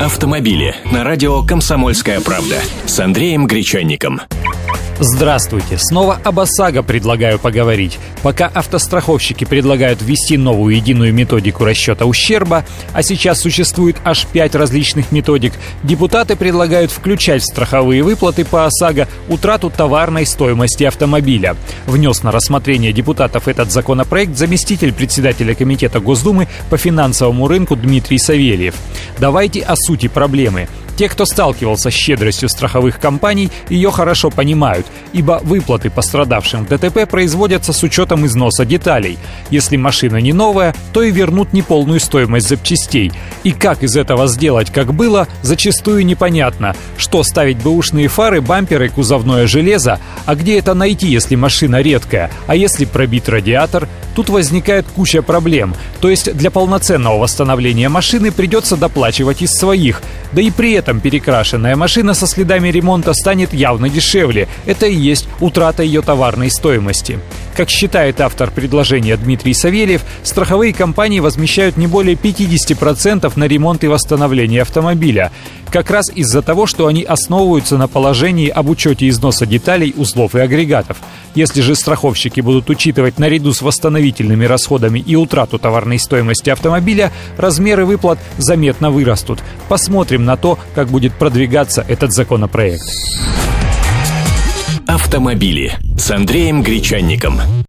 Автомобили на радио «Комсомольская правда» с Андреем Гречанником. Здравствуйте! Снова об ОСАГО предлагаю поговорить. Пока автостраховщики предлагают ввести новую единую методику расчета ущерба, а сейчас существует аж 5 различных методик, депутаты предлагают включать в страховые выплаты по ОСАГО утрату товарной стоимости автомобиля. Внес на рассмотрение депутатов этот законопроект заместитель председателя Комитета Госдумы по финансовому рынку Дмитрий Савельев. Давайте о сути проблемы. Те, кто сталкивался с щедростью страховых компаний, ее хорошо понимают, ибо выплаты пострадавшим в ДТП производятся с учетом износа деталей. Если машина не новая, то и вернут неполную стоимость запчастей. И как из этого сделать, как было, зачастую непонятно. Что ставить бэушные фары, бамперы, кузовное железо? А где это найти, если машина редкая? А если пробит радиатор? Тут возникает куча проблем. То есть для полноценного восстановления машины придется доплачивать из своих. Да и при этом перекрашенная машина со следами ремонта станет явно дешевле. Это и есть утрата ее товарной стоимости. Как считает автор предложения Дмитрий Савельев, страховые компании возмещают не более 50% на ремонт и восстановление автомобиля. Как раз из-за того, что они основываются на положении об учете износа деталей, узлов и агрегатов. Если же страховщики будут учитывать наряду с восстановительными расходами и утрату товарной стоимости автомобиля, размеры выплат заметно вырастут. Посмотрим на то, как будет продвигаться этот законопроект. Автомобили с Андреем Гречанником.